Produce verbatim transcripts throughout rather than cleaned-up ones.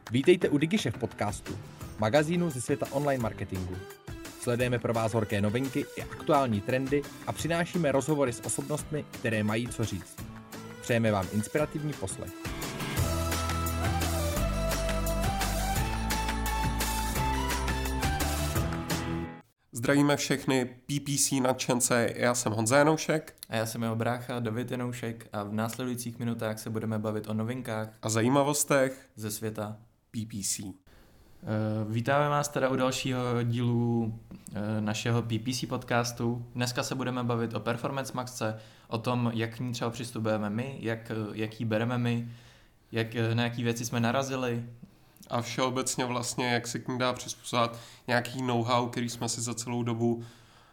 Vítejte u DigiShef podcastu, magazínu ze světa online marketingu. Sledujeme pro vás horké novinky i aktuální trendy a přinášíme rozhovory s osobnostmi, které mají co říct. Přejeme vám inspirativní poslech. Zdravíme všechny P P C nadšence, já jsem Honza Janoušek. A já jsem jeho brácha David Janoušek a v následujících minutách se budeme bavit o novinkách A zajímavostech ze světa P P C. Vítáme vás teda u dalšího dílu našeho P P C podcastu. Dneska se budeme bavit o Performance Maxce, o tom, jak k ní třeba přistupujeme my, jak, jak ji bereme my, jak, na jaký věci jsme narazili. A všeobecně vlastně, jak se k ní dá přizpůsobit nějaký know-how, který jsme si za celou dobu uh,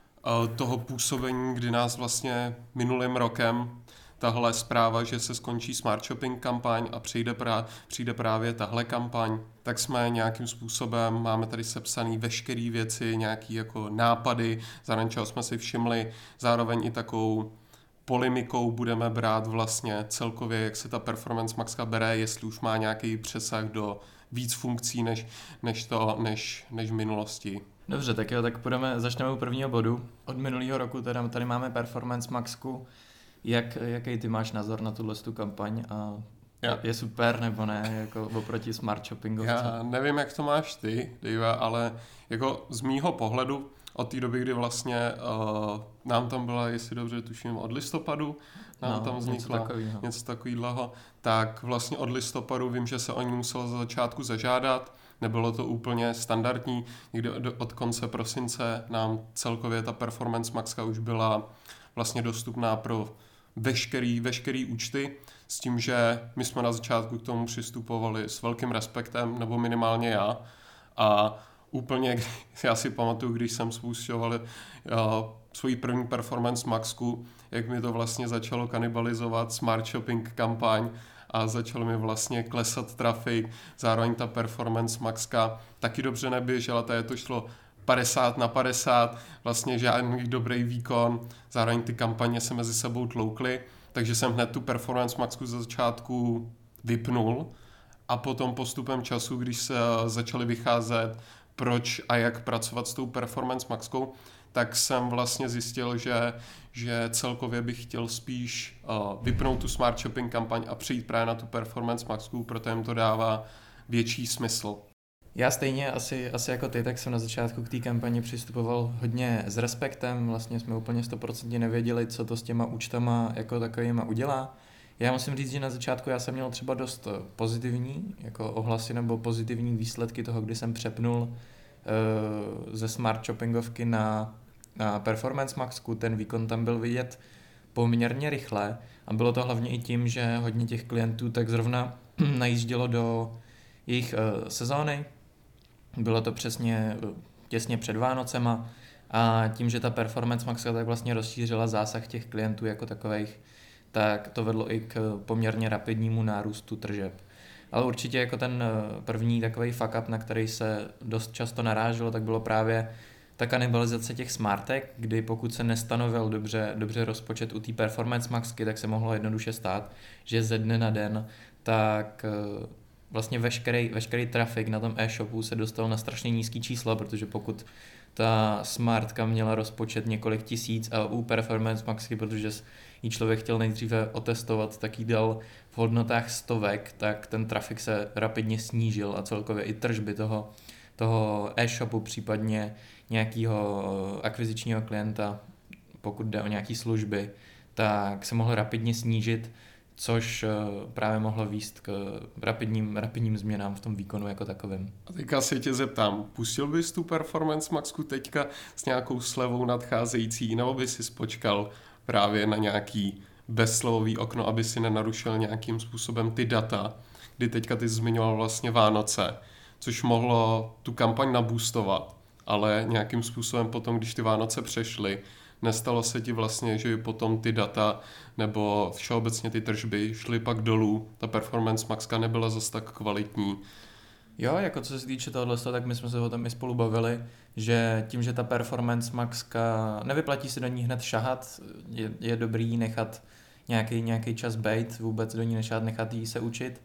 toho působení, kdy nás vlastně minulým rokem tahle zpráva, že se skončí Smart Shopping kampaň a přijde, pra, přijde právě tahle kampaň, tak jsme nějakým způsobem, máme tady sepsaný veškeré věci, nějaký jako nápady, zároveň čeho jsme si všimli, zároveň i takovou polemikou budeme brát vlastně celkově, jak se ta Performance Maxka bere, jestli už má nějaký přesah do víc funkcí než, než, to, než, než v minulosti. Dobře, tak jo, tak půjdeme, začneme u prvního bodu. Od minulého roku teda tady máme Performance Maxku. Jak, jaký ty máš názor na tuhle tu kampaň a ja. je super nebo ne, jako oproti Smart Shoppingovce? Já nevím, jak to máš ty, Dave, ale jako z mýho pohledu od té doby, kdy vlastně uh, nám tam byla, jestli dobře tuším, od listopadu, nám no, tam vznikla něco, takovýho. něco takového, tak vlastně od listopadu vím, že se o ní muselo za začátku zažádat, nebylo to úplně standardní, někdy od konce prosince nám celkově ta Performance Maxka už byla vlastně dostupná pro veškerý, veškerý účty, s tím, že my jsme na začátku k tomu přistupovali s velkým respektem, nebo minimálně já, a úplně, já si pamatuju, když jsem spoušťoval uh, svoji první Performance Maxku, jak mi to vlastně začalo kanibalizovat Smart Shopping kampaň a začalo mi vlastně klesat trafik, zároveň ta Performance Maxka taky dobře neběžela, tady to šlo padesát na padesát, vlastně žádný dobrý výkon, zároveň ty kampaně se mezi sebou tloukly, takže jsem hned tu Performance Maxku za začátku vypnul a potom postupem času, když se začaly vycházet proč a jak pracovat s tou Performance Maxkou, tak jsem vlastně zjistil, že, že celkově bych chtěl spíš uh, vypnout tu Smart Shopping kampaň a přijít právě na tu Performance Maxku, protože jim to dává větší smysl. Já stejně asi, asi jako ty, tak jsem na začátku k té kampani přistupoval hodně s respektem, vlastně jsme úplně stoprocentně nevěděli, co to s těma účtama jako takovýma udělá. Já musím říct, že na začátku já jsem měl třeba dost pozitivní jako ohlasy nebo pozitivní výsledky toho, kdy jsem přepnul uh, ze Smart Shoppingovky na, na Performance Maxku, ten výkon tam byl vidět poměrně rychle a bylo to hlavně i tím, že hodně těch klientů tak zrovna najíždělo do jejich uh, sezóny. Bylo to přesně těsně před Vánocema a tím, že ta Performance Maxka tak vlastně rozšířila zásah těch klientů jako takových, tak to vedlo i k poměrně rapidnímu nárůstu tržeb. Ale určitě jako ten první takový fuck up, na který se dost často naráželo, tak bylo právě ta kanibalizace těch smartek, kdy pokud se nestanovil dobře, dobře rozpočet u té Performance Maxky, tak se mohlo jednoduše stát, že ze dne na den tak vlastně veškerý, veškerý trafik na tom e-shopu se dostal na strašně nízký čísla, protože pokud ta smartka měla rozpočet několik tisíc a u Performance Maxky, protože jí člověk chtěl nejdříve otestovat, tak jí dal v hodnotách stovek, tak ten trafik se rapidně snížil a celkově i tržby toho, toho e-shopu, případně nějakého akvizičního klienta, pokud jde o nějaké služby, tak se mohl rapidně snížit, což právě mohlo vést k rapidním, rapidním změnám v tom výkonu jako takovém. A teďka se tě zeptám, pustil bys tu Performance Maxku teďka s nějakou slevou nadcházející, nebo bys si počkal právě na nějaký bezslevový okno, aby si nenarušil nějakým způsobem ty data, kdy teďka ty zmiňoval vlastně Vánoce, což mohlo tu kampaň naboostovat, ale nějakým způsobem potom, když ty Vánoce přešly, nestalo se ti vlastně, že potom ty data nebo všeobecně ty tržby šly pak dolů, ta Performance Maxka nebyla zas tak kvalitní. Jo, jako co se týče tohohle, tak my jsme se o tom i spolu bavili, že tím, že ta Performance Maxka nevyplatí si do ní hned šahat, je, je dobrý nechat nějaký, nějaký čas bejt, vůbec do ní nešát, nechat jí se učit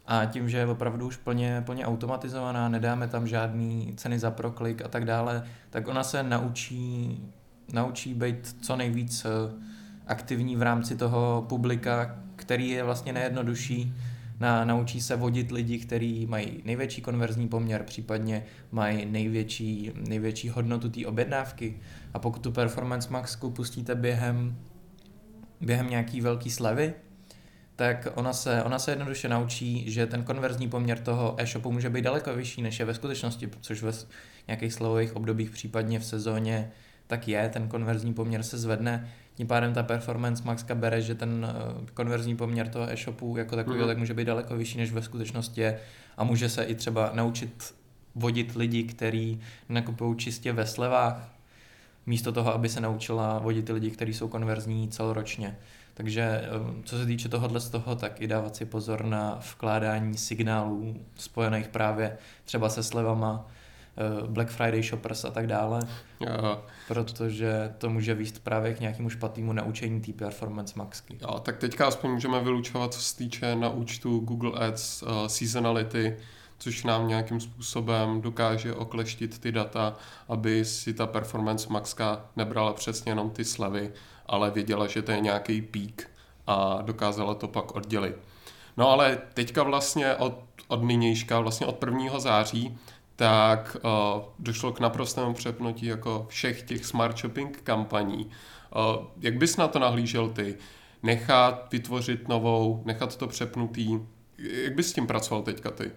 A tím, že je opravdu už plně, plně automatizovaná, nedáme tam žádný ceny za proklik a tak dále, tak ona se naučí, naučí být co nejvíc aktivní v rámci toho publika, který je vlastně nejjednodušší. Na, naučí se vodit lidi, kteří mají největší konverzní poměr, případně mají největší, největší hodnotu té objednávky. A pokud tu Performance Maxku pustíte během, během nějaký velký slevy, tak ona se, ona se jednoduše naučí, že ten konverzní poměr toho e-shopu může být daleko vyšší, než je ve skutečnosti, což ve nějakých slevových obdobích, případně v sezóně, tak je, ten konverzní poměr se zvedne. Tím pádem ta Performance Maxka bere, že ten konverzní poměr toho e-shopu jako takového mm. tak může být daleko vyšší, než ve skutečnosti je, a může se i třeba naučit vodit lidi, kteří nakupují čistě ve slevách, místo toho, aby se naučila vodit lidi, kteří jsou konverzní celoročně. Takže co se týče tohohle z toho, tak i dávat si pozor na vkládání signálů spojených právě třeba se slevama, Black Friday shoppers a tak dále, jo. Protože to může vést právě k nějakému špatnému naučení té Performance Maxky. Jo, tak teďka aspoň můžeme vylučovat, co se týče na účtu Google Ads uh, seasonality, což nám nějakým způsobem dokáže okleštit ty data, aby si ta Performance Maxka nebrala přesně jenom ty slevy, ale věděla, že to je nějaký pík a dokázala to pak oddělit. No ale teďka vlastně od, od nynějška, vlastně od prvního září, tak uh, došlo k naprostému přepnutí jako všech těch smart shopping kampaní. Uh, jak bys na to nahlížel ty? Nechat vytvořit novou, nechat to přepnutý? Jak bys s tím pracoval teďka ty?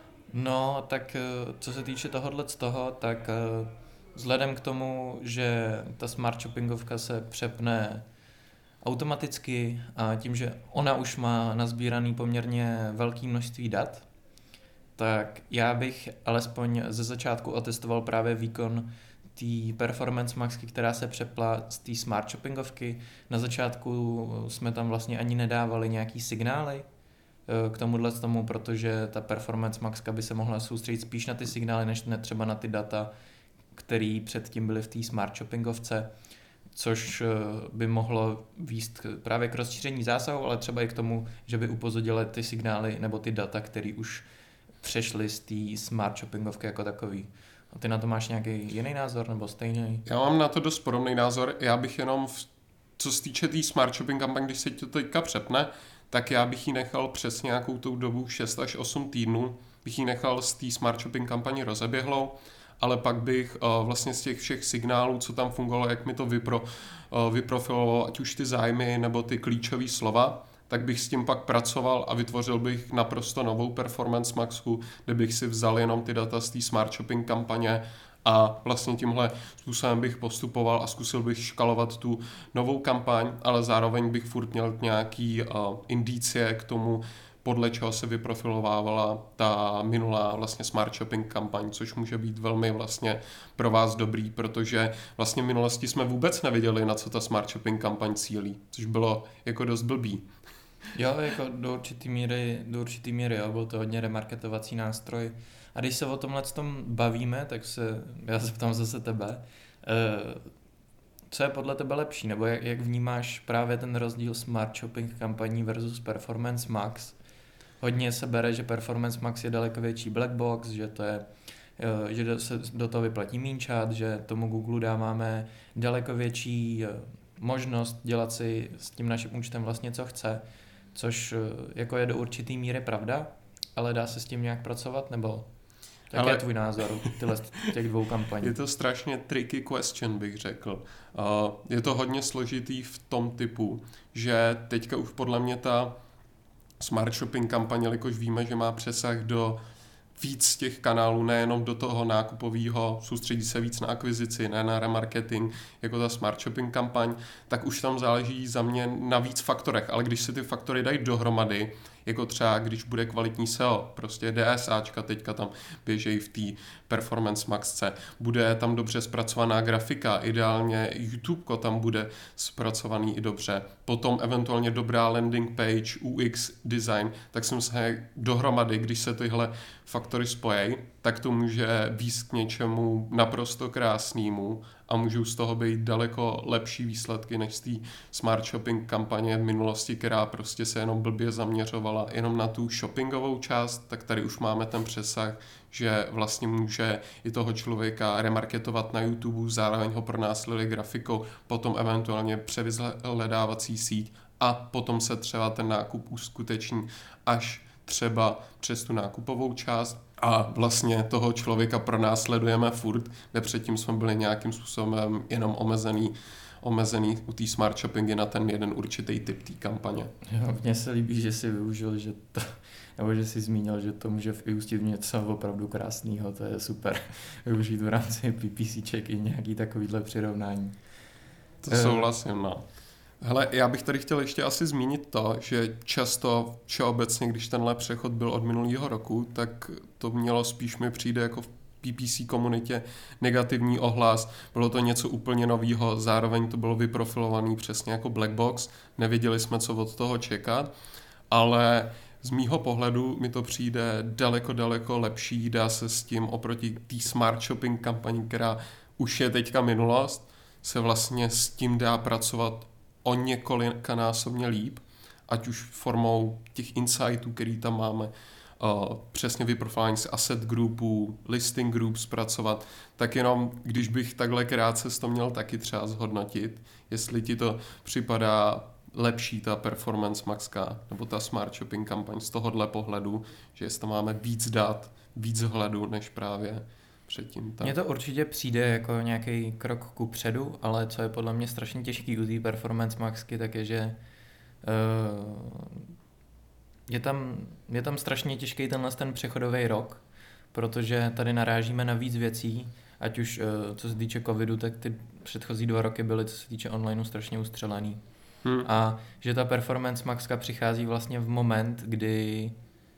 No, tak co se týče tohohle z toho, tak vzhledem k tomu, že ta smart shoppingovka se přepne automaticky a tím, že ona už má nazbíraný poměrně velké množství dat, tak já bych alespoň ze začátku otestoval právě výkon té Performance Maxky, která se přepla z té smart shoppingovky. Na začátku jsme tam vlastně ani nedávali nějaký signály k tomuhle tomu, protože ta Performance Maxka by se mohla soustředit spíš na ty signály, než ne třeba na ty data, které předtím byly v té smart shoppingovce, což by mohlo vést právě k rozšíření zásahu, ale třeba i k tomu, že by upozornily ty signály nebo ty data, které už přešly z té smart shoppingovky jako takový. A ty na to máš nějaký jiný názor nebo stejný? Já mám na to dost podobný názor. Já bych jenom, v, co se týče té tý smart shopping kampaň, když se to teďka přepne, tak já bych ji nechal přes nějakou tou dobu šest až osm týdnů, bych ji nechal z té smart shopping kampaně rozeběhlou, ale pak bych uh, vlastně z těch všech signálů, co tam fungovalo, jak mi to vypro, uh, vyprofilovalo, ať už ty zájmy nebo ty klíčové slova, tak bych s tím pak pracoval a vytvořil bych naprosto novou Performance Maxku, kde bych si vzal jenom ty data z té smart shopping kampaně a vlastně tímhle způsobem bych postupoval a zkusil bych škalovat tu novou kampaň, ale zároveň bych furt měl nějaký uh, indicie k tomu, podle čeho se vyprofilovávala ta minulá vlastně smart shopping kampaň, což může být velmi vlastně pro vás dobrý, protože vlastně v minulosti jsme vůbec nevěděli, na co ta smart shopping kampaň cílí, což bylo jako dost blbý. Jo, jako do určitý míry, do určitý míry, jo, byl to hodně remarketovací nástroj. A když se o tomhle tom bavíme, tak se, já se ptám zase tebe, co je podle tebe lepší, nebo jak, jak vnímáš právě ten rozdíl smart shopping kampaní versus Performance Max? Hodně se bere, že Performance Max je daleko větší black box, že to je, že se do toho vyplatí mínčat, že tomu Google dáváme daleko větší možnost dělat si s tím naším účtem vlastně co chce, což jako je do určitý míry pravda, ale dá se s tím nějak pracovat, nebo jaký ale... je tvůj názor tyhle těch dvou kampaní? Je to strašně tricky question, bych řekl. Uh, je to hodně složitý v tom typu, že teďka už podle mě ta smart shopping kampaně, jelikož víme, že má přesah do víc z těch kanálů, nejenom do toho nákupového, soustředí se víc na akvizici, ne na remarketing, jako ta smart shopping kampaň, tak už tam záleží za mě na víc faktorech, ale když se ty faktory dají dohromady, jako třeba když bude kvalitní S E O, prostě DSAčka teďka tam běžejí v té Performance Maxce, bude tam dobře zpracovaná grafika, ideálně YouTubeko tam bude zpracovaný i dobře, potom eventuálně dobrá landing page, U X design, tak jsem se dohromady, když se tyhle faktory faktory spojí, tak to může výst k něčemu naprosto krásnému a můžou z toho být daleko lepší výsledky než z té smart shopping kampaně v minulosti, která prostě se jenom blbě zaměřovala jenom na tu shoppingovou část, tak tady už máme ten přesah, že vlastně může i toho člověka remarketovat na YouTube, zároveň ho pronásleduje grafikou, potom eventuálně převyhledávací síť a potom se třeba ten nákup uskuteční až třeba přes tu nákupovou část a vlastně toho člověka pronásledujeme furt, kde předtím jsme byli nějakým způsobem jenom omezený, omezený u té smart shoppingy na ten jeden určitý typ té kampaně. Jo, mně se líbí, že si využil, že to, nebo že jsi zmínil, že to může vyústit v něco opravdu krásného, to je super využít v rámci PPCček i nějaký takovýhle přirovnání. To souhlasím, no. Hele, já bych tady chtěl ještě asi zmínit to, že často všeobecně, když tenhle přechod byl od minulého roku, tak to mělo spíš mi přijde jako v P P C komunitě negativní ohlas. Bylo to něco úplně novýho, zároveň to bylo vyprofilovaný přesně jako black box, nevěděli jsme, co od toho čekat, ale z mýho pohledu mi to přijde daleko, daleko lepší, dá se s tím oproti té smart shopping kampani, která už je teďka minulost, se vlastně s tím dá pracovat o několikanásobně líp, ať už formou těch insightů, který tam máme, uh, přesně vyprofilování z asset groupů, listing group zpracovat, tak jenom, když bych takhle krátce to měl taky třeba zhodnotit, jestli ti to připadá lepší ta performance maxka nebo ta smart shopping kampaň z tohohle pohledu, že jestli tam máme víc dat, víc hledu, než právě předtím. Mně to určitě přijde jako nějaký krok ku předu, ale co je podle mě strašně těžký u té performance maxky, tak je, že uh, je, tam, je tam strašně těžký tenhle ten přechodový rok, protože tady narážíme na víc věcí, ať už uh, co se týče covidu, tak ty předchozí dva roky byly, co se týče onlineu, strašně ustřelený. Hmm. A že ta performance maxka přichází vlastně v moment, kdy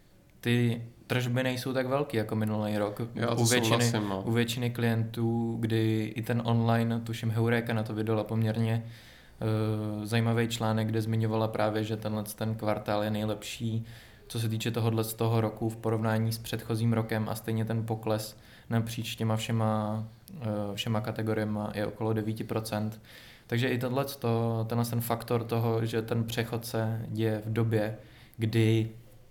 ty tržby nejsou tak velký jako minulý rok. U většiny, souhlasím, no. u většiny klientů, kdy i ten online, tuším Heureka na to vydala poměrně uh, zajímavý článek, kde zmiňovala právě, že tenhle ten kvartál je nejlepší, co se týče tohohle z toho roku v porovnání s předchozím rokem a stejně ten pokles napříč těma všema, uh, všema kategoriemi je okolo devět procent. Takže i tohle, tenhle ten faktor toho, že ten přechod se děje v době, kdy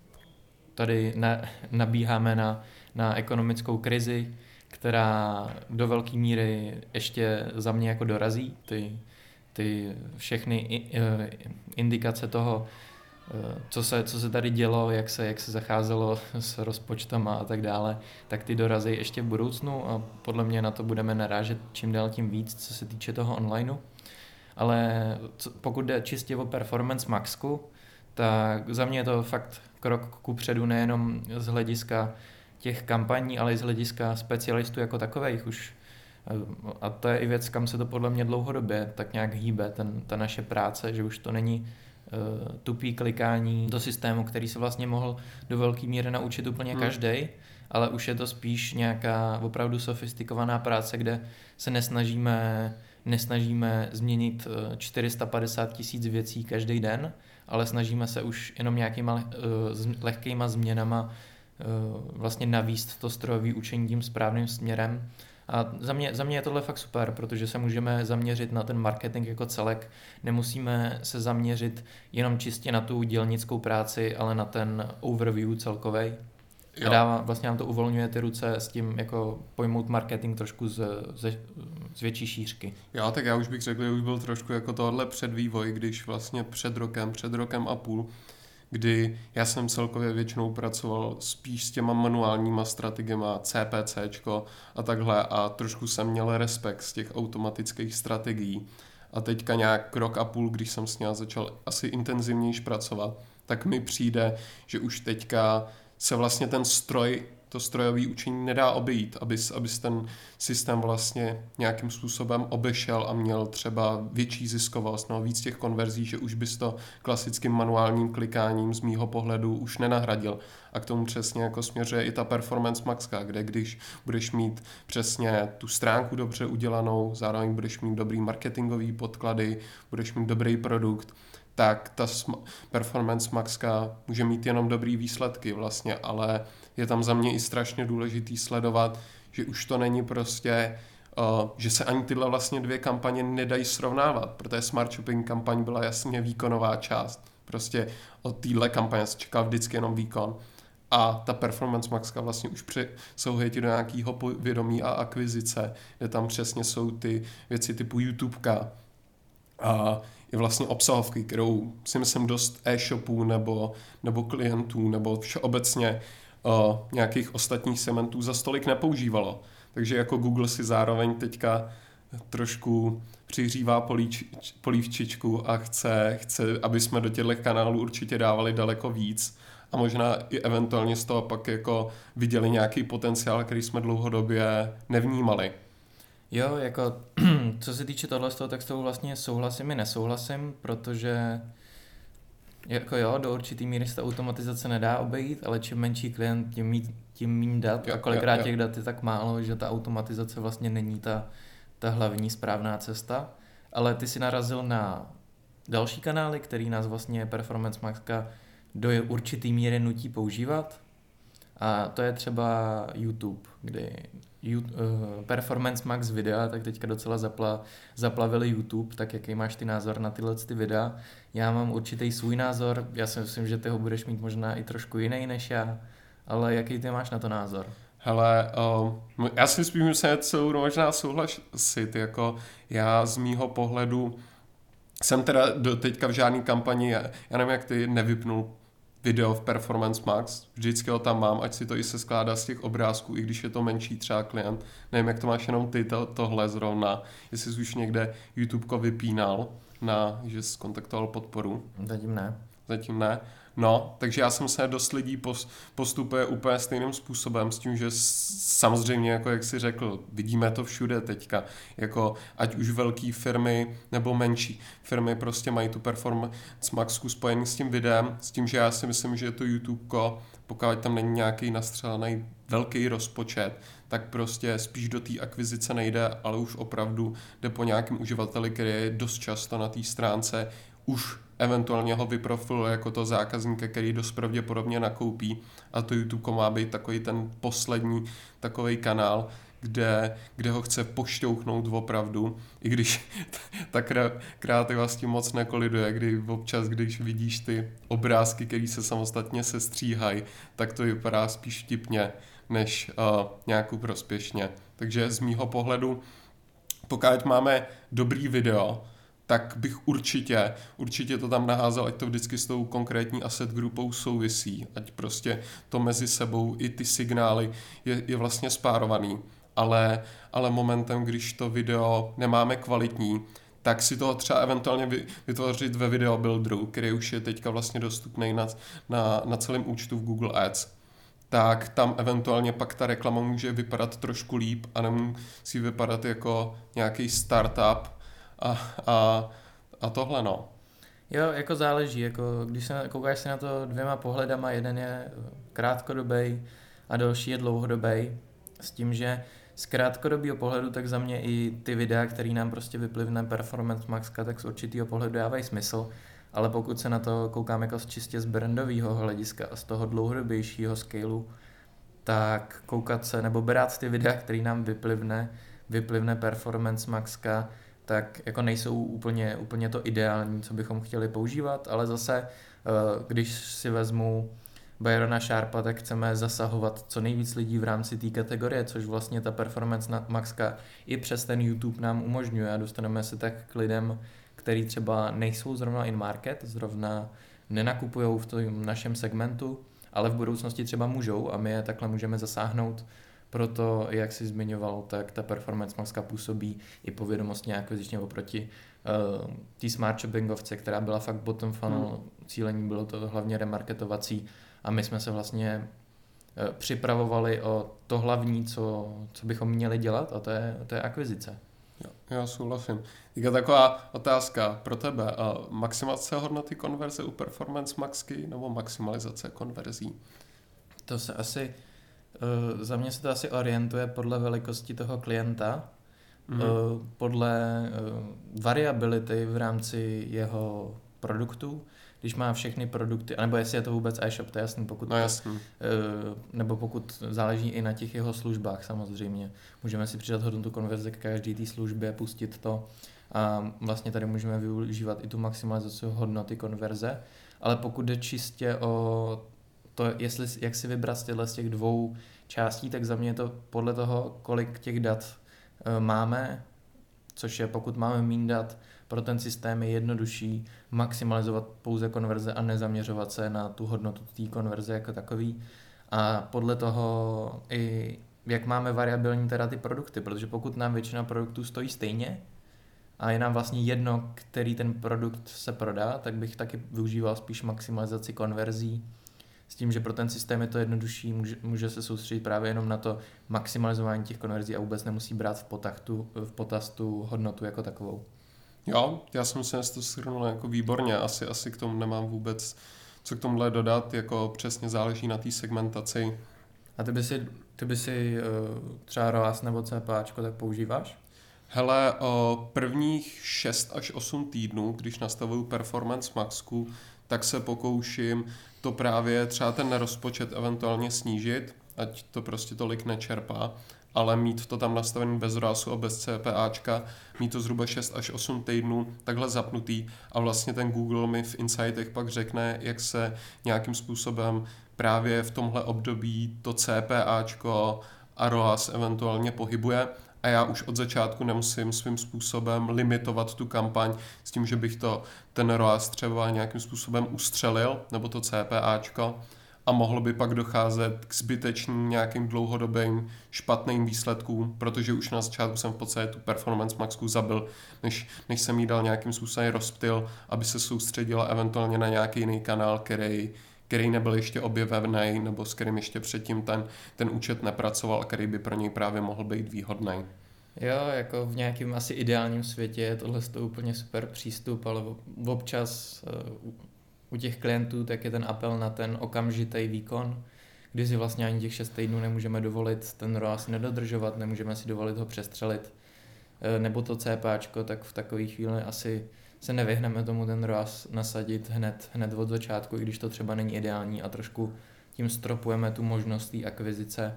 tady na, nabíháme na, na ekonomickou krizi, která do velké míry ještě za mě jako dorazí. Ty, ty všechny indikace toho, co se, co se tady dělo, jak se, jak se zacházelo s rozpočtama a tak dále, tak ty dorazí ještě v budoucnu a podle mě na to budeme narážet čím dál tím víc, co se týče toho onlineu. Ale co, pokud jde čistě o performance maxku, tak za mě je to fakt krok kupředu nejenom z hlediska těch kampaní, ale i z hlediska specialistů jako takových už. A to je i věc, kam se to podle mě dlouhodobě tak nějak hýbe, ten, ta naše práce, že už to není uh, tupý klikání do systému, který se vlastně mohl do velké míry naučit úplně hmm. každý, ale už je to spíš nějaká opravdu sofistikovaná práce, kde se nesnažíme, nesnažíme změnit čtyři sta padesát tisíc věcí každý den, ale snažíme se už jenom nějakýma uh, lehkýma změnama uh, vlastně navíst to strojové učení tím správným směrem. A za mě, za mě je tohle fakt super, protože se můžeme zaměřit na ten marketing jako celek. Nemusíme se zaměřit jenom čistě na tu dělnickou práci, ale na ten overview celkovej. A dává, vlastně nám to uvolňuje ty ruce s tím jako pojmout marketing trošku z, z, z větší šířky. Jo, tak já už bych řekl, že už byl trošku jako tohle předvývoj, když vlastně před rokem, před rokem a půl, kdy já jsem celkově většinou pracoval spíš s těma manuálníma strategiema, CPCčko a takhle a trošku jsem měl respekt z těch automatických strategií. A teďka nějak rok a půl, když jsem s ním začal asi intenzivněji pracovat, tak mi přijde, že už teďka se vlastně ten stroj, to strojové učení nedá obejít, abys, abys ten systém vlastně nějakým způsobem obešel a měl třeba větší ziskovost, no víc těch konverzí, že už bys to klasickým manuálním klikáním z mýho pohledu už nenahradil. A k tomu přesně jako směřuje i ta performance maxka, kde když budeš mít přesně tu stránku dobře udělanou, zároveň budeš mít dobrý marketingový podklady, budeš mít dobrý produkt, tak ta sm- Performance Maxka může mít jenom dobrý výsledky vlastně, ale je tam za mě i strašně důležitý sledovat, že už to není prostě, uh, že se ani tyhle vlastně dvě kampaně nedají srovnávat, protože Smart Shopping kampaň byla jasně výkonová část. Prostě od téhle kampaně se čekal vždycky jenom výkon. A ta Performance Maxka vlastně už přesahuje ti do nějakého vědomí a akvizice, kde tam přesně jsou ty věci typu YouTubeka a i vlastně obsahovky, kterou si myslím dost e-shopů nebo, nebo klientů nebo všeobecně uh, nějakých ostatních segmentů za stolik nepoužívalo. Takže jako Google si zároveň teďka trošku přihřívá políč, polívčičku a chce, chce, aby jsme do těchto kanálů určitě dávali daleko víc a možná i eventuálně z toho pak jako viděli nějaký potenciál, který jsme dlouhodobě nevnímali. Jo, jako co se týče tohle, tak s tou vlastně souhlasím i nesouhlasím, protože jako jo, do určitý míry se ta automatizace nedá obejít, ale čím menší klient, tím, mít, tím méně dat jo, a kolikrát jo, jo. těch dat je tak málo, že ta automatizace vlastně není ta, ta hlavní správná cesta. Ale ty si narazil na další kanály, který nás vlastně Performance Maxka do určitý míry nutí používat. A to je třeba YouTube, kdy uh, Performance Max videa, tak teďka docela zapla, zaplavili YouTube, tak jaký máš ty názor na tyhle ty videa? Já mám určitý svůj názor, já si myslím, že ty ho budeš mít možná i trošku jiný než já, ale jaký ty máš na to názor? Hele, um, já si myslím, že se celou možná souhlasit, jako já z mýho pohledu jsem teda do teďka v žádný kampani, já, já nevím, jak ty nevypnul video v Performance Max, vždycky ho tam mám, ať si to i se skládá z těch obrázků, i když je to menší třeba klient. Nevím, jak to máš jenom ty to, tohle zrovna, jestli jsi už někde YouTubeko vypínal, na, že jsi kontaktoval podporu. Zatím ne. Zatím ne. No, takže já jsem se dost lidí postupuje úplně stejným způsobem s tím, že samozřejmě, jako jak jsi řekl, vidíme to všude teďka, jako ať už velké firmy nebo menší firmy prostě mají tu Performance Maxku spojený s tím videem, s tím, že já si myslím, že to YouTubeko, pokud tam není nějaký nastřelený velký rozpočet, tak prostě spíš do té akvizice nejde, ale už opravdu jde po nějakém uživateli, který je dost často na té stránce, už eventuálně ho vyprofiluje jako to zákazníka, který dost pravděpodobně nakoupí a to YouTube má být takový ten poslední takový kanál, kde, kde ho chce pošťouchnout opravdu, i když ta kreativa s tím moc nekoliduje, kdy občas, když vidíš ty obrázky, které se samostatně sestříhají, tak to vypadá spíš vtipně, než uh, nějakou prospěšně. Takže z mýho pohledu, pokud máme dobrý video, tak bych určitě, určitě to tam naházel, ať to vždycky s tou konkrétní asset grupou souvisí, ať prostě to mezi sebou i ty signály je, je vlastně spárovaný, ale, ale momentem, když to video nemáme kvalitní, tak si to třeba eventuálně vytvořit ve videobuilderu, který už je teďka vlastně dostupný na, na, na celém účtu v Google Ads, tak tam eventuálně pak ta reklama může vypadat trošku líp a nemusí vypadat jako nějaký startup, A, a, a tohle no. Jo, jako záleží, jako když se koukáš si na to dvěma pohledama, jeden je krátkodobý a další je dlouhodobý, s tím, že z krátkodobého pohledu tak za mě i ty videa, které nám prostě vyplivne Performance Maxka, tak z určitého pohledu dávají smysl, ale pokud se na to koukám jako čistě z brandového hlediska a z toho dlouhodobějšího scaleu, tak koukat se nebo brát ty videa, které nám vyplivne, vyplivne Performance Maxka, tak jako nejsou úplně, úplně to ideální, co bychom chtěli používat, ale zase, když si vezmu Byrona Sharpa, tak chceme zasahovat co nejvíc lidí v rámci té kategorie, což vlastně ta Performance Maxka i přes ten YouTube nám umožňuje a dostaneme se tak k lidem, který třeba nejsou zrovna in market, zrovna nenakupujou v tom našem segmentu, ale v budoucnosti třeba můžou a my je takhle můžeme zasáhnout. Proto, jak jsi zmiňoval, tak ta Performance Maxka působí i povědomostně akvizičně oproti uh, té Smart Shoppingovce, která byla fakt bottom funnel, hmm. cílení bylo to hlavně remarketovací a my jsme se vlastně uh, připravovali o to hlavní, co, co bychom měli dělat a to je, to je akvizice. Jo, já souhlasím. Teďka taková otázka pro tebe. Uh, maximalizace hodnoty konverze u Performance Maxky nebo maximalizace konverzí? To se asi... Uh, za mě se to asi orientuje podle velikosti toho klienta, mm. uh, podle uh, variability v rámci jeho produktů, když má všechny produkty, anebo jestli je to vůbec e-shop, to je jasný, pokud, no jasný. nebo pokud záleží i na těch jeho službách samozřejmě. Můžeme si přidat hodnotu konverze k každé té službě, pustit to a vlastně tady můžeme využívat i tu maximalizaci hodnoty konverze, ale pokud jde čistě o to, jestli, jak si vybrat z těchto z těch dvou částí, tak za mě je to podle toho, kolik těch dat máme, což je pokud máme méně dat, pro ten systém je jednodušší maximalizovat pouze konverze a nezaměřovat se na tu hodnotu té konverze jako takový. A podle toho i jak máme variabilní teda ty produkty, protože pokud nám většina produktů stojí stejně a je nám vlastně jedno, který ten produkt se prodá, tak bych taky využíval spíš maximalizaci konverzí s tím, že pro ten systém je to jednodušší, může, může se soustředit právě jenom na to maximalizování těch konverzí a vůbec nemusí brát v potaz tu, v potaz tu hodnotu jako takovou. Jo, já jsem si to shrnul jako výborně, asi, asi k tomu nemám vůbec co k tomuhle dodat, jako přesně záleží na té segmentaci. A ty by si, ty by si třeba R O A S nebo CPAčko tak používáš? Hele, o prvních šest až osm týdnů, když nastavuju Performance Maxku, tak se pokouším to právě třeba ten rozpočet eventuálně snížit, ať to prostě tolik nečerpá, ale mít to tam nastavený bez R O A S u a bez CPAčka, mít to zhruba šest až osm týdnů takhle zapnutý a vlastně ten Google mi v Insightech pak řekne, jak se nějakým způsobem právě v tomhle období to CPAčko a R O A S eventuálně pohybuje a já už od začátku nemusím svým způsobem limitovat tu kampaň s tím, že bych to ten R O A S třeba nějakým způsobem ustřelil, nebo to CPAčko, a mohlo by pak docházet k zbytečným nějakým dlouhodobým špatným výsledkům, protože už na začátku jsem v podstatě tu Performance Maxku zabil, než, než jsem jí dal nějakým způsobem rozptyl, aby se soustředila eventuálně na nějaký jiný kanál, který, který nebyl ještě objevený, nebo s kterým ještě předtím ten, ten účet nepracoval a který by pro něj právě mohl být výhodný. Jo, jako v nějakém asi ideálním světě je tohle úplně super přístup, ale občas u těch klientů tak je ten apel na ten okamžitý výkon, kdy si vlastně ani těch šest týdnů nemůžeme dovolit ten R O A S nedodržovat, nemůžeme si dovolit ho přestřelit, nebo to CPAčko, tak v takové chvíli asi se nevyhneme tomu ten R O A S nasadit hned, hned od začátku, i když to třeba není ideální a trošku tím stropujeme tu možnost té akvizice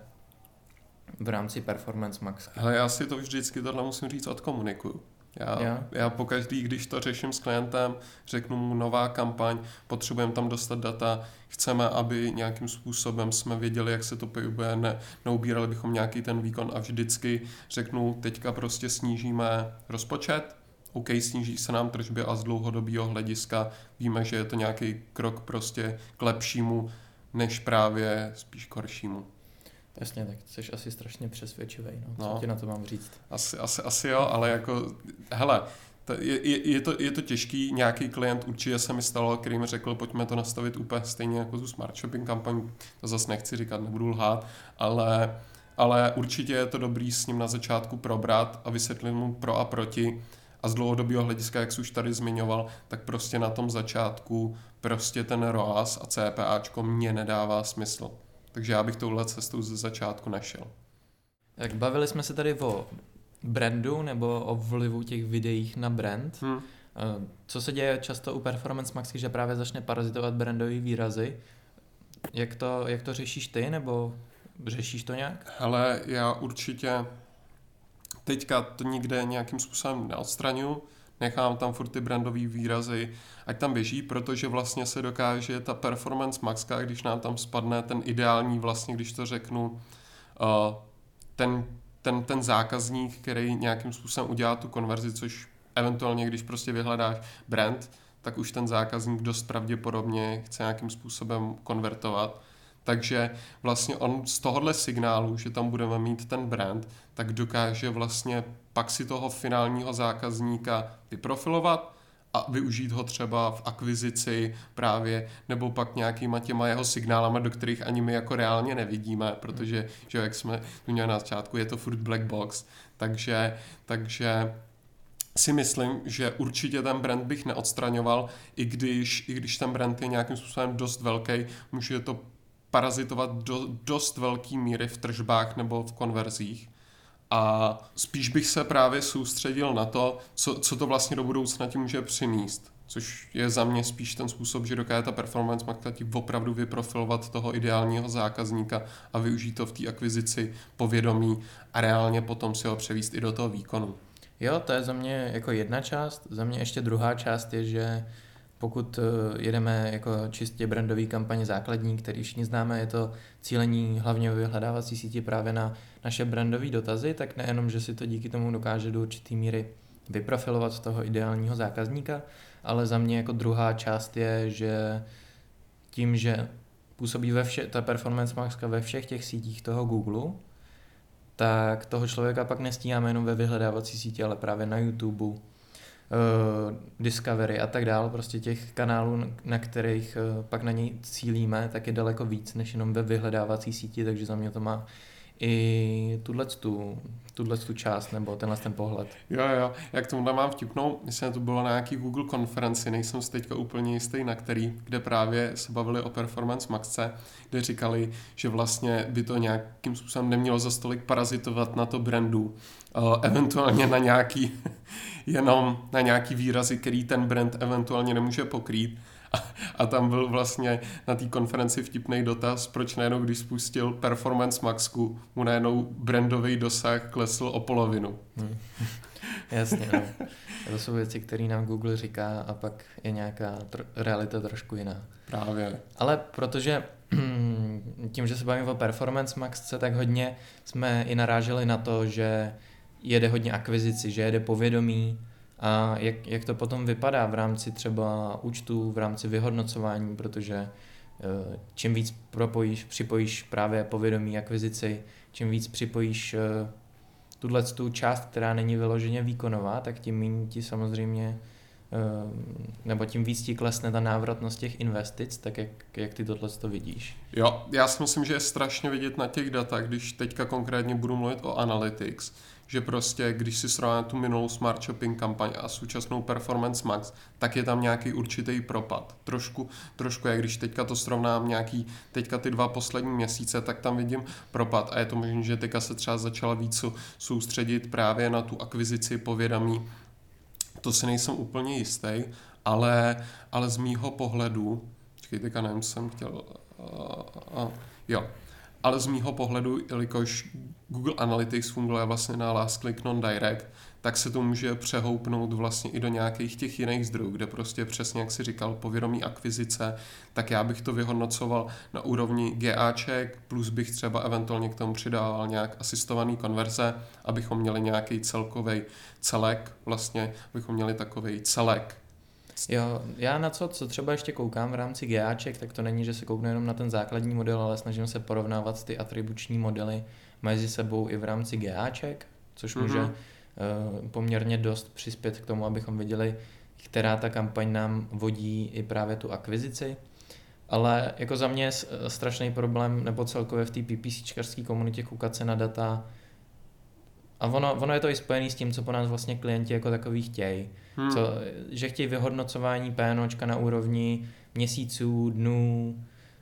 v rámci Performance Max. Hele, já si to vždycky tohle musím říct odkomunikuju. Já, já. já pokaždý, když to řeším s klientem, řeknu mu nová kampaň, potřebujeme tam dostat data, chceme, aby nějakým způsobem jsme věděli, jak se to pohybuje, ne, neubírali bychom nějaký ten výkon a vždycky řeknu, teďka prostě snížíme rozpočet, OK, sníží se nám tržby a z dlouhodobého hlediska víme, že je to nějaký krok prostě k lepšímu, než právě spíš k horšímu. Jasně, tak jsi asi strašně přesvědčivý, no. Co no, ti na to mám říct? Asi, asi, asi jo, ale jako, hele, to je, je, je, to, je to těžký, nějaký klient určitě se mi stalo, který mi řekl, pojďme to nastavit úplně stejně jako tu smart shopping kampaň, to zase nechci říkat, nebudu lhát, ale, ale určitě je to dobrý s ním na začátku probrat a vysvětlit mu pro a proti a z dlouhodobého hlediska, jak jsi už tady zmiňoval, tak prostě na tom začátku prostě ten R O A S a CPAčko mě nedává smysl. Takže já bych touhle cestou ze začátku nešel. Tak bavili jsme se tady o brandu nebo o vlivu těch videích na brand. Hmm. Co se děje často u Performance Maxky, že právě začne parazitovat brandové výrazy. Jak to, jak to řešíš ty, nebo řešíš to nějak? Hele, já určitě teďka to nikde nějakým způsobem neodstraňuji. Nechám tam furt ty brandové výrazy, ať tam běží, protože vlastně se dokáže ta Performance Maxka, když nám tam spadne ten ideální, vlastně když to řeknu, ten, ten, ten zákazník, který nějakým způsobem udělá tu konverzi, což eventuálně, když prostě vyhledáš brand, tak už ten zákazník dost pravděpodobně chce nějakým způsobem konvertovat. Takže vlastně on z tohohle signálu, že tam budeme mít ten brand, tak dokáže vlastně pak si toho finálního zákazníka vyprofilovat a využít ho třeba v akvizici právě, nebo pak nějakýma těma jeho signálama, do kterých ani my jako reálně nevidíme, protože, že jak jsme tu měli na začátku, je to furt black box, takže, takže si myslím, že určitě ten brand bych neodstraňoval, i když, i když ten brand je nějakým způsobem dost velký, může to parazitovat do dost velký míry v tržbách nebo v konverzích. A spíš bych se právě soustředil na to, co, co to vlastně do budoucna tím může přinést. Což je za mě spíš ten způsob, že dokáže ta performance marketing ti opravdu vyprofilovat toho ideálního zákazníka a využít to v té akvizici povědomí a reálně potom si ho převíst i do toho výkonu. Jo, to je za mě jako jedna část. Za mě ještě druhá část je, že pokud jedeme jako čistě brandový kampaně základní, který všichni známe, je to cílení hlavně ve vyhledávací síti právě na naše brandové dotazy, tak nejenom, že si to díky tomu dokáže do určitý míry vyprofilovat z toho ideálního zákazníka, ale za mě jako druhá část je, že tím, že působí ve vše, ta performance marketka ve všech těch sítích toho Google, tak toho člověka pak nestíháme jenom ve vyhledávací síti, ale právě na YouTube, uh, Discovery a tak dál, prostě těch kanálů, na kterých uh, pak na něj cílíme, tak je daleko víc, než jenom ve vyhledávací síti, takže za mě to má i tuto tu část nebo tenhle ten pohled. Jo, jo, jak tomu mám vtipnou, myslím, že to bylo na nějaký Google konferenci, nejsem si teďka úplně jistý na který, kde právě se bavili o Performance Maxce, kde říkali, že vlastně by to nějakým způsobem nemělo za stolik parazitovat na to brandu, uh, eventuálně na nějaký, jenom na nějaký výrazy, který ten brand eventuálně nemůže pokrýt. A tam byl vlastně na té konferenci vtipný dotaz, proč najednou, když spustil Performance Maxku, mu najednou brandový dosah klesl o polovinu. Hmm. Jasně, no. To jsou věci, které nám Google říká a pak je nějaká tr- realita trošku jiná. Právě. Ale protože tím, že se bavíme o Performance Maxce, tak hodně jsme i naráželi na to, že jede hodně akvizici, že jede povědomí, a jak, jak to potom vypadá v rámci třeba účtu, v rámci vyhodnocování, protože čím víc propojíš, připojíš právě povědomí akvizici, čím víc připojíš tuhle tu část, která není vyloženě výkonová, tak tím méně ti samozřejmě, nebo tím víc ti klesne ta návratnost těch investic, tak jak, jak ty tohle to vidíš? Jo, já si myslím, že je strašně vidět na těch datech, když teďka konkrétně budu mluvit o Analytics, že prostě, když si srovnáme tu minulou Smart Shopping kampaň a současnou Performance Max, tak je tam nějaký určitý propad. Trošku, trošku jak když teďka to srovnám nějaký, teďka ty dva poslední měsíce, tak tam vidím propad a je to možné, že teďka se třeba začala víc soustředit právě na tu akvizici povědomí. To si nejsem úplně jistý, ale, ale z mýho pohledu, čekaj, teďka nevím, jsem chtěl, uh, uh, jo, ale z mýho pohledu, jelikož Google Analytics funguje vlastně na last click non-direct, tak se to může přehoupnout vlastně i do nějakých těch jiných zdrojů, kde prostě přesně, jak si říkal, povědomí akvizice, tak já bych to vyhodnocoval na úrovni GAček, plus bych třeba eventuálně k tomu přidával nějak asistovaný konverze, abychom měli nějaký celkový celek, vlastně abychom měli takovej celek. Jo, já na co, co třeba ještě koukám v rámci GAček, tak to není, že se kouknu jenom na ten základní model, ale snažím se porovnávat ty atribuční modely mezi sebou i v rámci GAček, což může mm-hmm. uh, poměrně dost přispět k tomu, abychom viděli, která ta kampaň nám vodí i právě tu akvizici. Ale jako za mě je strašný problém, nebo celkově v té PPCčkarské komunitě koukat se na data. A ono, ono je to i spojené s tím, co po nás vlastně klienti jako takový chtějí. Hmm. Co, že chtějí vyhodnocování PNOčka na úrovni měsíců, dnů,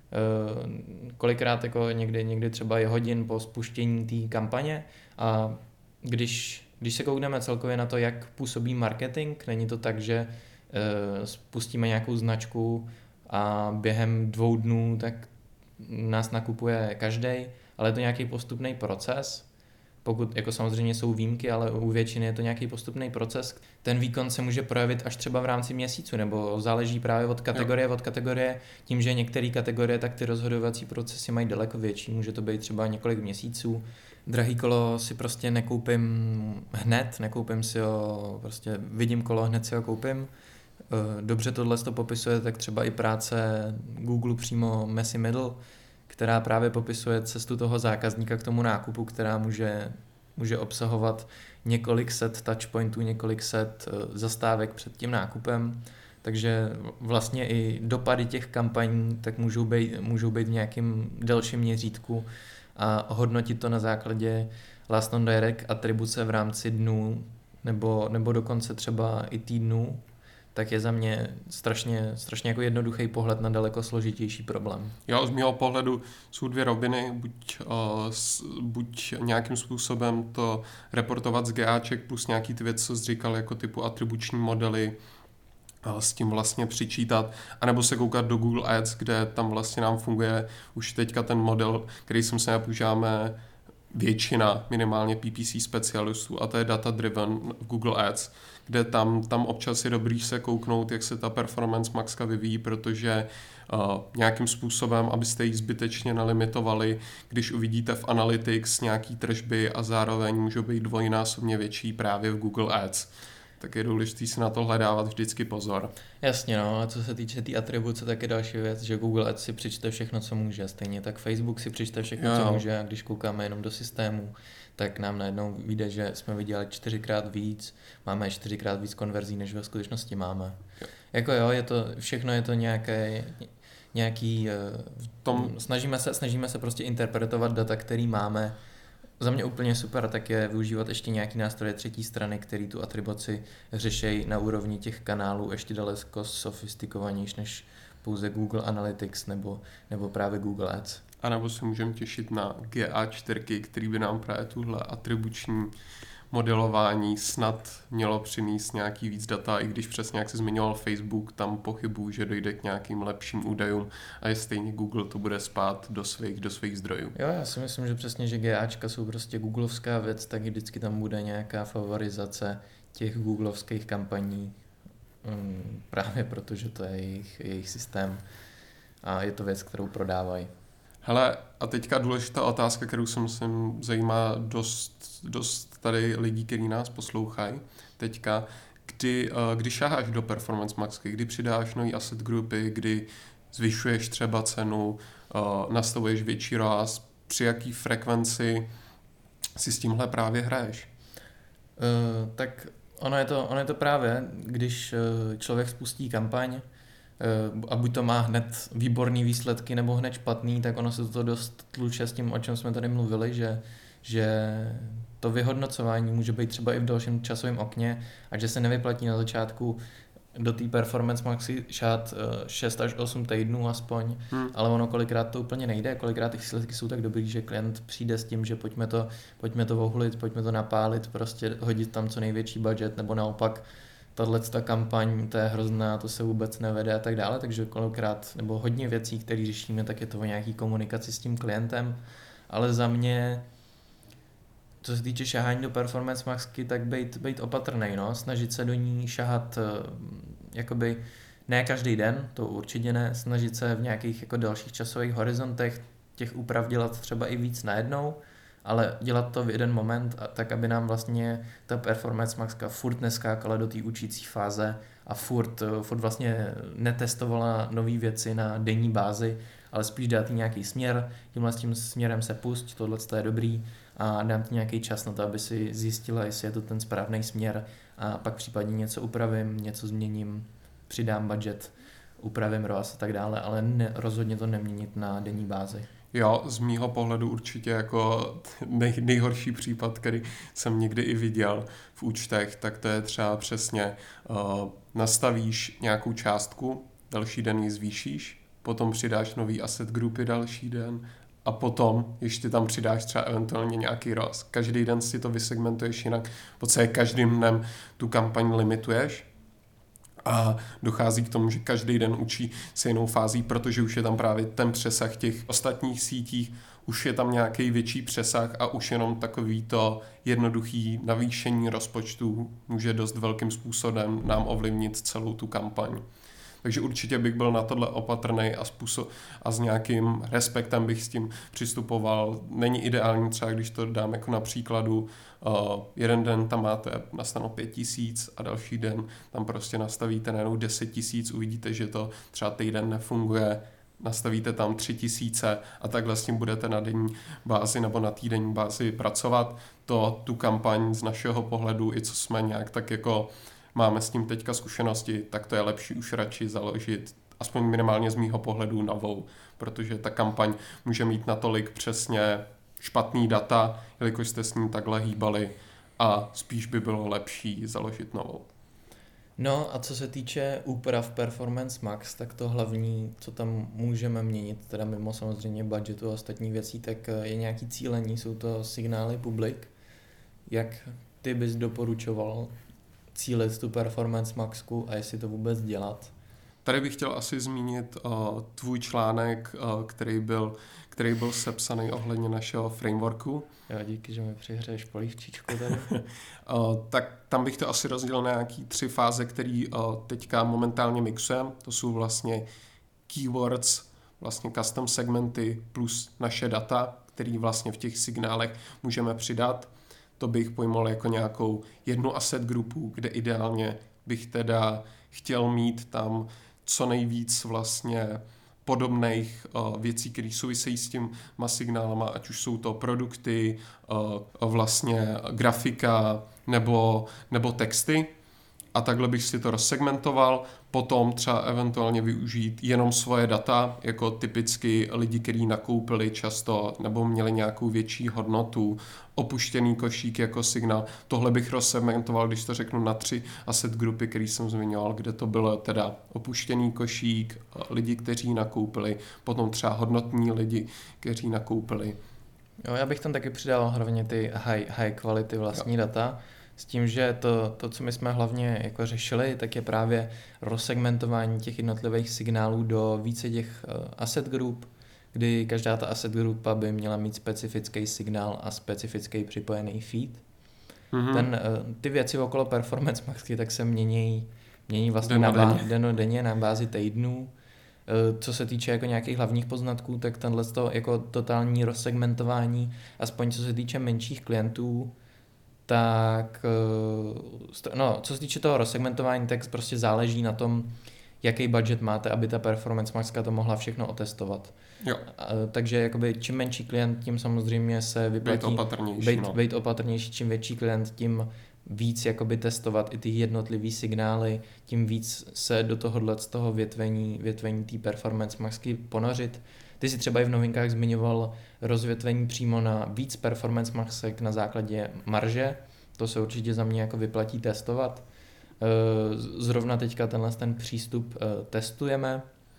e, kolikrát jako někdy, někdy třeba je hodin po spuštění té kampaně. A když, když se koukneme celkově na to, jak působí marketing, není to tak, že e, spustíme nějakou značku a během dvou dnů tak nás nakupuje každej, ale je to nějaký postupný proces. Pokud jako samozřejmě jsou výjimky, ale u většiny je to nějaký postupný proces. Ten výkon se může projevit až třeba v rámci měsíců, nebo záleží právě od kategorie jo. od kategorie. Tím, že některé kategorie, tak ty rozhodovací procesy mají daleko větší. Může to být třeba několik měsíců. Drahý kolo si prostě nekoupím hned, nekoupím si ho, prostě vidím kolo, hned si ho koupím. Dobře tohle to popisuje, tak třeba i práce Google přímo Messy Middle, která právě popisuje cestu toho zákazníka k tomu nákupu, která může, může obsahovat několik set touchpointů, několik set zastávek před tím nákupem. Takže vlastně i dopady těch kampaní tak můžou být, můžou být v nějakém delším měřítku a hodnotit to na základě last on direct atribuce v rámci dnů nebo, nebo dokonce třeba i týdnů, tak je za mě strašně, strašně jako jednoduchý pohled na daleko složitější problém. Jo, z mého pohledu jsou dvě roviny, buď, uh, s, buď nějakým způsobem to reportovat z GAček plus nějaký ty věci, co jsi říkal, jako typu atribuční modely, s tím vlastně přičítat, anebo se koukat do Google Ads, kde tam vlastně nám funguje už teďka ten model, který jsem se používáme většina minimálně P P C specialistů, a to je data driven v Google Ads, kde tam, tam občas je dobrý se kouknout, jak se ta performance maxka vyvíjí, protože uh, nějakým způsobem, abyste ji zbytečně nelimitovali, když uvidíte v Analytics nějaký tržby a zároveň můžou být dvojnásobně větší právě v Google Ads, tak je důležité si na to hledávat vždycky pozor. Jasně, no, a co se týče té tý atribuce, tak je další věc, že Google Ads si přečte všechno, co může, stejně tak Facebook si přečte všechno, jo. co může, a když koukáme jenom do systému, tak nám najednou vyjde, že jsme vydělali čtyřikrát víc, máme čtyřikrát víc konverzí, než ve skutečnosti máme. Jo. Jako jo, je to, všechno je to nějaké, nějaký, tom... snažíme se, snažíme se prostě interpretovat data, který máme. Za mě úplně super, tak je využívat ještě nějaký nástroje třetí strany, který tu atribuci řešejí na úrovni těch kanálů ještě daleko sofistikovanější než pouze Google Analytics nebo, nebo právě Google Ads. A nebo se můžeme těšit na G A čtyři, který by nám právě tuhle atribuční modelování snad mělo přinést nějaký víc data, i když přesně jak jsi zmiňoval Facebook, tam pochybuju, že dojde k nějakým lepším údajům a je stejně Google to bude spát do svých, do svých zdrojů. Jo, já si myslím, že přesně, že GAčka jsou prostě googlovská věc, tak vždycky tam bude nějaká favorizace těch googlovských kampaní, um, právě protože to je jejich, jejich systém a je to věc, kterou prodávají. Hele, a teďka důležitá otázka, kterou se myslím zajímá dost, dost tady lidí, kteří nás poslouchají teďka. Kdy, kdy šaháš do Performance Maxky, kdy přidáš nový asset grupy, kdy zvyšuješ třeba cenu, nastavuješ větší R O A S, při jaký frekvenci si s tímhle právě hraješ? Uh, tak ono je, to, ono je to právě, když člověk spustí kampaň, a buď to má hned výborný výsledky nebo hned špatný, tak ono se to dost tluče s tím, o čem jsme tady mluvili, že, že to vyhodnocování může být třeba i v dalším časovém okně a že se nevyplatí na začátku do té Performance Maxy šát šest až osm týdnů aspoň, hmm. ale ono kolikrát to úplně nejde, kolikrát ty výsledky jsou tak dobrý, že klient přijde s tím, že pojďme to, pojďme to ohulit, pojďme to napálit, prostě hodit tam co největší budget, nebo naopak tato kampaň, to je hrozná, to se vůbec nevede a tak dále, takže kolikrát, nebo hodně věcí, které řešíme, tak je to o nějaký komunikaci s tím klientem, ale za mě, co se týče šahání do Performance Maxky, tak být, být opatrnej, no, snažit se do ní šahat jakoby ne každý den, to určitě ne, snažit se v nějakých jako dalších časových horizontech těch úprav dělat třeba i víc najednou, ale dělat to v jeden moment, a tak, aby nám vlastně ta Performance Maxka furt neskákala do té učící fáze a furt, furt vlastně netestovala nové věci na denní bázi, ale spíš dát jí nějaký směr, tímhle s tím směrem se pusť, tohle je dobrý a dám ti nějaký čas na to, aby si zjistila, jestli je to ten správný směr a pak případně něco upravím, něco změním, přidám budget, upravím R O A S a tak dále, ale ne, rozhodně to neměnit na denní bázi. Jo, z mýho pohledu určitě jako nej, nejhorší případ, který jsem někdy i viděl v účtech, tak to je třeba přesně uh, nastavíš nějakou částku, další den ji zvýšíš, potom přidáš nový asset grupy další den a potom ještě tam přidáš třeba eventuálně nějaký R O A S. Každý den si to vysegmentuješ jinak, v podstatě každým dnem tu kampaň limituješ. A dochází k tomu, že každý den učí se jinou fází, protože už je tam právě ten přesah těch ostatních sítích, už je tam nějaký větší přesah a už jenom takový to jednoduchý navýšení rozpočtu může dost velkým způsobem nám ovlivnit celou tu kampaň. Takže určitě bych byl na tohle opatrnej a, způsob, a s nějakým respektem bych s tím přistupoval. Není ideální třeba, když to dám jako na příkladu, uh, jeden den tam máte nastanou pět tisíc a další den tam prostě nastavíte najednou deset tisíc, uvidíte, že to třeba týden nefunguje, nastavíte tam tři tisíce a takhle s tím budete na denní bázi nebo na týdenní bázi pracovat. To tu kampaň z našeho pohledu, i co jsme nějak tak jako máme s tím teďka zkušenosti, tak to je lepší už radši založit, aspoň minimálně z mýho pohledu, novou, protože ta kampaň může mít natolik přesně špatný data, jelikož jste s ní takhle hýbali a spíš by bylo lepší založit novou. No a co se týče úprav Performance Max, tak to hlavní, co tam můžeme měnit, teda mimo samozřejmě budgetu a ostatních věcí, tak je nějaký cílení, jsou to signály publik. Jak ty bys doporučoval cílit tu performance maxku a jestli to vůbec dělat. Tady bych chtěl asi zmínit uh, tvůj článek, uh, který byl, který byl sepsaný ohledně našeho frameworku. Jo, díky, že mi přihřeješ polívčičku tady. uh, tak tam bych to asi rozdělil na nějaký tři fáze, který uh, teďka momentálně mixujeme. To jsou vlastně keywords, vlastně custom segmenty plus naše data, který vlastně v těch signálech můžeme přidat. To bych pojmoval jako nějakou jednu asset grupu, kde ideálně bych teda chtěl mít tam co nejvíc vlastně podobných uh, věcí, které souvisejí s těma signálama, ať už jsou to produkty, uh, vlastně grafika nebo, nebo texty. A takhle bych si to rozsegmentoval, potom třeba eventuálně využít jenom svoje data, jako typicky lidi, kteří nakoupili často nebo měli nějakou větší hodnotu, opuštěný košík jako signál. Tohle bych rozsegmentoval, když to řeknu, na tři asset grupy, který jsem zmiňoval, kde to bylo teda opuštěný košík, lidi, kteří nakoupili, potom třeba hodnotní lidi, kteří nakoupili. Jo, já bych tam taky přidal hlavně ty high, high quality vlastní jo. data, s tím, že to, to, co my jsme hlavně jako řešili, tak je právě rozsegmentování těch jednotlivých signálů do více těch uh, asset group, kdy každá ta asset grupa by měla mít specifický signál a specifický připojený feed. Mm-hmm. Ten, uh, ty věci okolo performance maxky tak se mění, mění vlastně denodenně. denodenně na bázi týdnů. Uh, co se týče jako nějakých hlavních poznatků, tak tenhle to jako totální rozsegmentování, aspoň co se týče menších klientů, tak no, co se týče toho rozsegmentování, tak prostě záleží na tom, jaký budget máte, aby ta performance maxka to mohla všechno otestovat. Jo. A, takže jakoby čím menší klient, tím samozřejmě se vyplatí být opatrnější. Být, no. být opatrnější, čím větší klient, tím víc jakoby testovat i ty jednotlivý signály, tím víc se do tohohle z toho větvení, větvení té performance maxky ponořit. Ty si třeba i v novinkách zmiňoval rozvětvení přímo na víc performance maxek na základě marže. To se určitě za mě jako vyplatí testovat. Zrovna teďka tenhle ten přístup testujeme.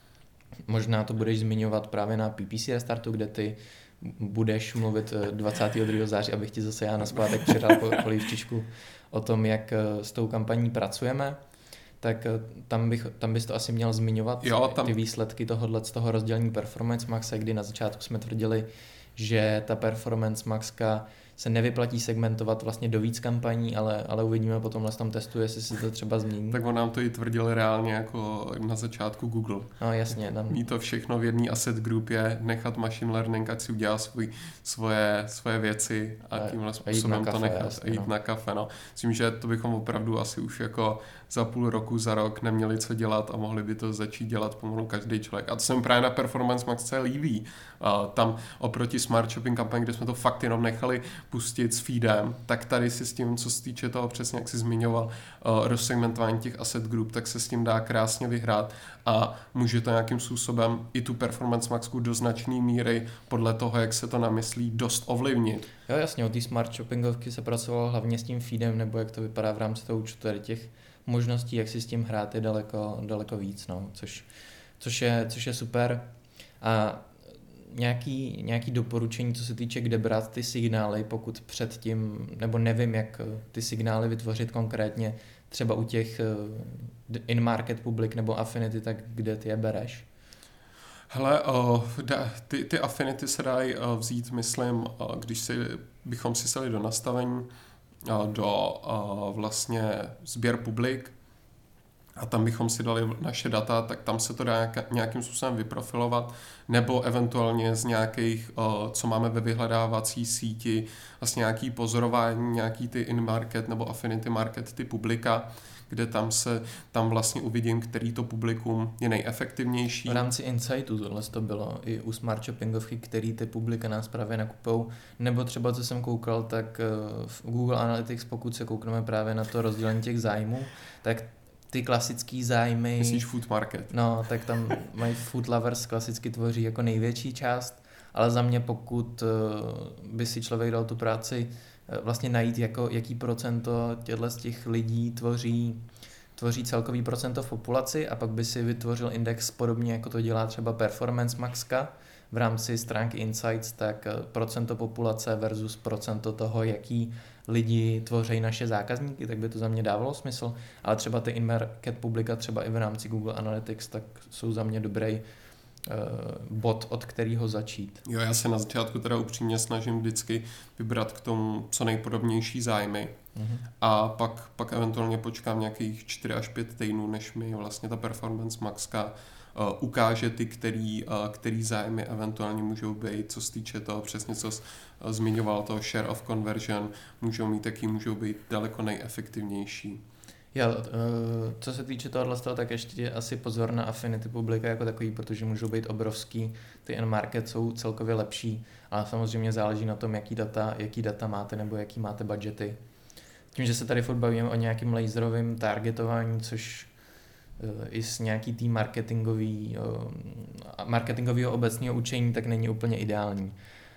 Možná to budeš zmiňovat právě na P P C Restartu, kde ty budeš mluvit dvacátého druhého září, abych ti zase já nazpátek přidal polívčičku o tom, jak s tou kampaní pracujeme. Tak tam, bych, tam bys to asi měl zmiňovat, jo, tam... ty výsledky tohohle z toho rozdělení performance maxe, kdy na začátku jsme tvrdili, že ta performance maxka se nevyplatí segmentovat vlastně do víc kampaní, ale, ale uvidíme potom, tam testu, jestli si to třeba změní. Tak on nám to i tvrdil reálně jako na začátku Google. No jasně. Tam... Mít to všechno v jedné asset grupě, nechat machine learning, ať si udělá svůj, svoje, svoje věci a, a tímhle způsobem to nechat jasně, jít no. na kafe. No. Myslím, že to bychom opravdu asi už jako za půl roku, za rok neměli co dělat a mohli by to začít dělat pomalu každý člověk. A to se mi právě na Performance Maxce líbí. A tam oproti Smart Shopping kampani, kde jsme to fakt jenom nechali pustit s feedem, tak tady si s tím, co se týče toho přesně, jak jsi zmiňoval, uh, rozsegmentování těch asset group, tak se s tím dá krásně vyhrát a může to nějakým způsobem i tu Performance Maxku do značné míry podle toho, jak se to namyslí, dost ovlivnit. Jo jasně, od té Smart Shoppingovky se pracovalo hlavně s tím feedem, nebo jak to vypadá v rámci toho účtu, tady těch možností, jak si s tím hrát, je daleko, daleko víc, no, což, což, je, což je super. A nějaký, nějaký doporučení, co se týče, kde brát ty signály, pokud předtím, nebo nevím, jak ty signály vytvořit konkrétně, třeba u těch in-market public nebo affinity, tak kde ty je bereš? Hele, uh, da, ty, ty affinity se dají uh, vzít, myslím, uh, když si, bychom si seli do nastavení, uh, do uh, vlastně sběr publik a tam bychom si dali naše data, tak tam se to dá nějakým způsobem vyprofilovat, nebo eventuálně z nějakých, uh, co máme ve vyhledávací síti, vlastně nějaký pozorování, nějaký ty in-market nebo affinity market, ty publika, kde tam se, tam vlastně uvidím, který to publikum je nejefektivnější. V rámci Insightu tohle to bylo i u Smart Shoppingovky, který ty publika nás právě nakupou, nebo třeba, co jsem koukal, tak v Google Analytics, pokud se koukneme právě na to rozdělení těch zájmů, tak ty klasický zájmy... Myslíš food market? No, tak tam mají food lovers klasicky tvoří jako největší část, ale za mě, pokud by si člověk dal tu práci vlastně najít, jako, jaký procento těchto z těch lidí tvoří, tvoří celkový procento v populaci a pak by si vytvořil index podobně, jako to dělá třeba Performance Maxka v rámci stránky Insights, tak procento populace versus procento toho, jaký lidi tvoří naše zákazníky, tak by to za mě dávalo smysl. Ale třeba ty in-market publika, třeba i v rámci Google Analytics, tak jsou za mě dobrý bod, od kterého začít. Jo, já se na začátku teda upřímně snažím vždycky vybrat k tomu co nejpodobnější zájmy mm-hmm. a pak, pak eventuálně počkám nějakých čtyři až pět týdnů, než mi vlastně ta Performance Maxka uh, ukáže ty, který, uh, který zájmy eventuálně můžou být, co se týče toho přesně, co uh, zmiňoval, toho share of conversion, můžou mít, taky můžou být daleko nejefektivnější. Jo, co se týče tohohle, tak ještě asi pozor na affinity publika jako takový, protože můžou být obrovský, ty end-market jsou celkově lepší, ale samozřejmě záleží na tom, jaký data, jaký data máte nebo jaký máte budgety. Tím, že se tady furt bavíme o nějakým laserovým targetování, což i z nějaký tý marketingový, marketingového obecného učení, tak není úplně ideální.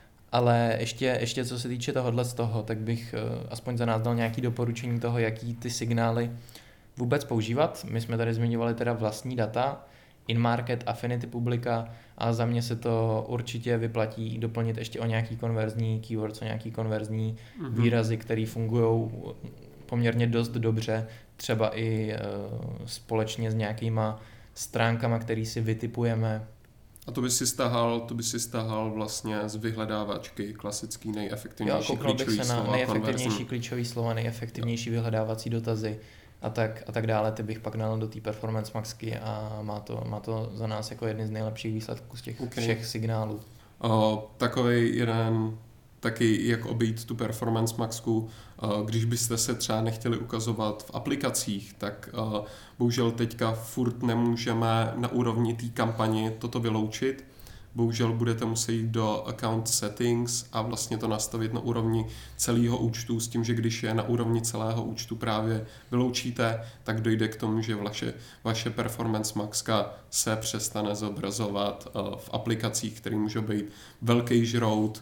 Ale ještě, ještě co se týče tohohle z toho, tak bych aspoň za nás dal nějaké doporučení toho, jaký ty signály vůbec používat. My jsme tady zmiňovali teda vlastní data, in-market, affinity publika, a za mě se to určitě vyplatí doplnit ještě o nějaký konverzní keywords, o nějaký konverzní mm-hmm. výrazy, které fungují poměrně dost dobře, třeba i uh, společně s nějakýma stránkama, které si vytipujeme. A to by si stahal, to by si stahal vlastně z vyhledávačky klasický nejefektivnější jo, klíčový bych se slova, na nejefektivnější konverzní. klíčový slova, nejefektivnější jo. vyhledávací dotazy a tak, a tak dále. Ty bych pak dal do té Performance Maxky a má to, má to za nás jako jedny z nejlepších výsledků z těch okay. všech signálů. O, takovej jeden taky, jak obejít tu Performance Maxku, když byste se třeba nechtěli ukazovat v aplikacích, tak bohužel teďka furt nemůžeme na úrovni té kampani toto vyloučit. Bohužel budete muset jít do account settings a vlastně to nastavit na úrovni celého účtu s tím, že když je na úrovni celého účtu právě vyloučíte, tak dojde k tomu, že vaše, vaše Performance Maxka se přestane zobrazovat v aplikacích, které můžou být velký žrout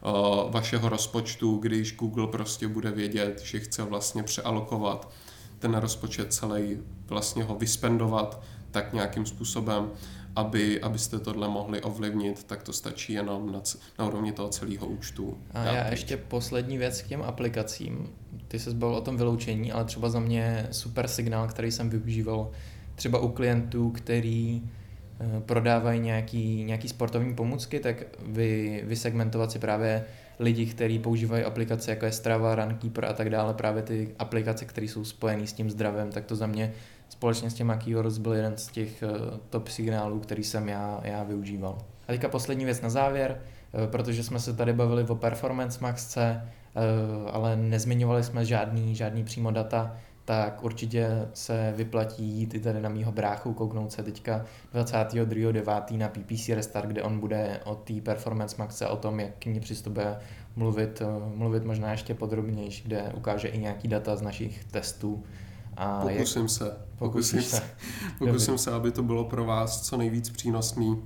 vašeho rozpočtu, když Google prostě bude vědět, že chce vlastně přealokovat ten rozpočet celý, vlastně ho vyspendovat tak nějakým způsobem, aby, abyste tohle mohli ovlivnit, tak to stačí jenom na, na úrovni toho celého účtu. A já ještě poslední věc k těm aplikacím. Ty se zbavil o tom vyloučení, ale třeba za mě super signál, který jsem využíval třeba u klientů, který prodávají nějaký, nějaký sportovní pomůcky, tak vy, vysegmentovat si právě lidi, kteří používají aplikace jako je Strava, Runkeeper a tak dále, právě ty aplikace, které jsou spojené s tím zdravím, tak to za mě společně s těma keywords byl jeden z těch uh, top signálů, který jsem já, já využíval. A teďka poslední věc na závěr, uh, protože jsme se tady bavili o Performance Maxce, uh, ale nezmiňovali jsme žádný, žádný přímo data, tak určitě se vyplatí jít i tady na mýho bráchu, kouknout se teďka dvacátého druhého devátého na P P C Restart, kde on bude o té Performance Maxce, o tom, jak k ní přistupuje, mluvit, mluvit možná ještě podrobnější, kde ukáže i nějaký data z našich testů. A pokusím jak... se. Pokusím se. Pokusím se, aby to bylo pro vás co nejvíc přínosný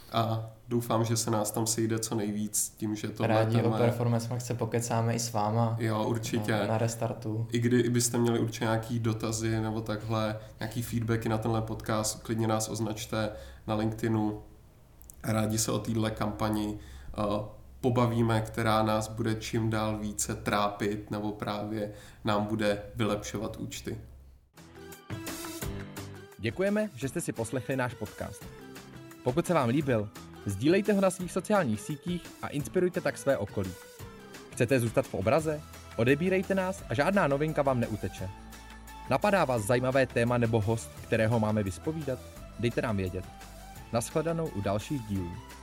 a doufám, že se nás tam sejde co nejvíc tím, že to rádi téma... o Performance Maxce pokecáme i s váma. Jo, určitě. Na, na restartu. I kdybyste měli určitě nějaký dotazy nebo takhle, nějaký feedbacky na tenhle podcast, klidně nás označte na LinkedInu. Rádi se o téhle kampani uh, pobavíme, která nás bude čím dál více trápit nebo právě nám bude vylepšovat účty. Děkujeme, že jste si poslechli náš podcast. Pokud se vám líbil, sdílejte ho na svých sociálních sítích a inspirujte tak své okolí. Chcete zůstat v obraze? Odebírejte nás a žádná novinka vám neuteče. Napadá vás zajímavé téma nebo host, kterého máme vyspovídat? Dejte nám vědět. Nashledanou u dalších dílů.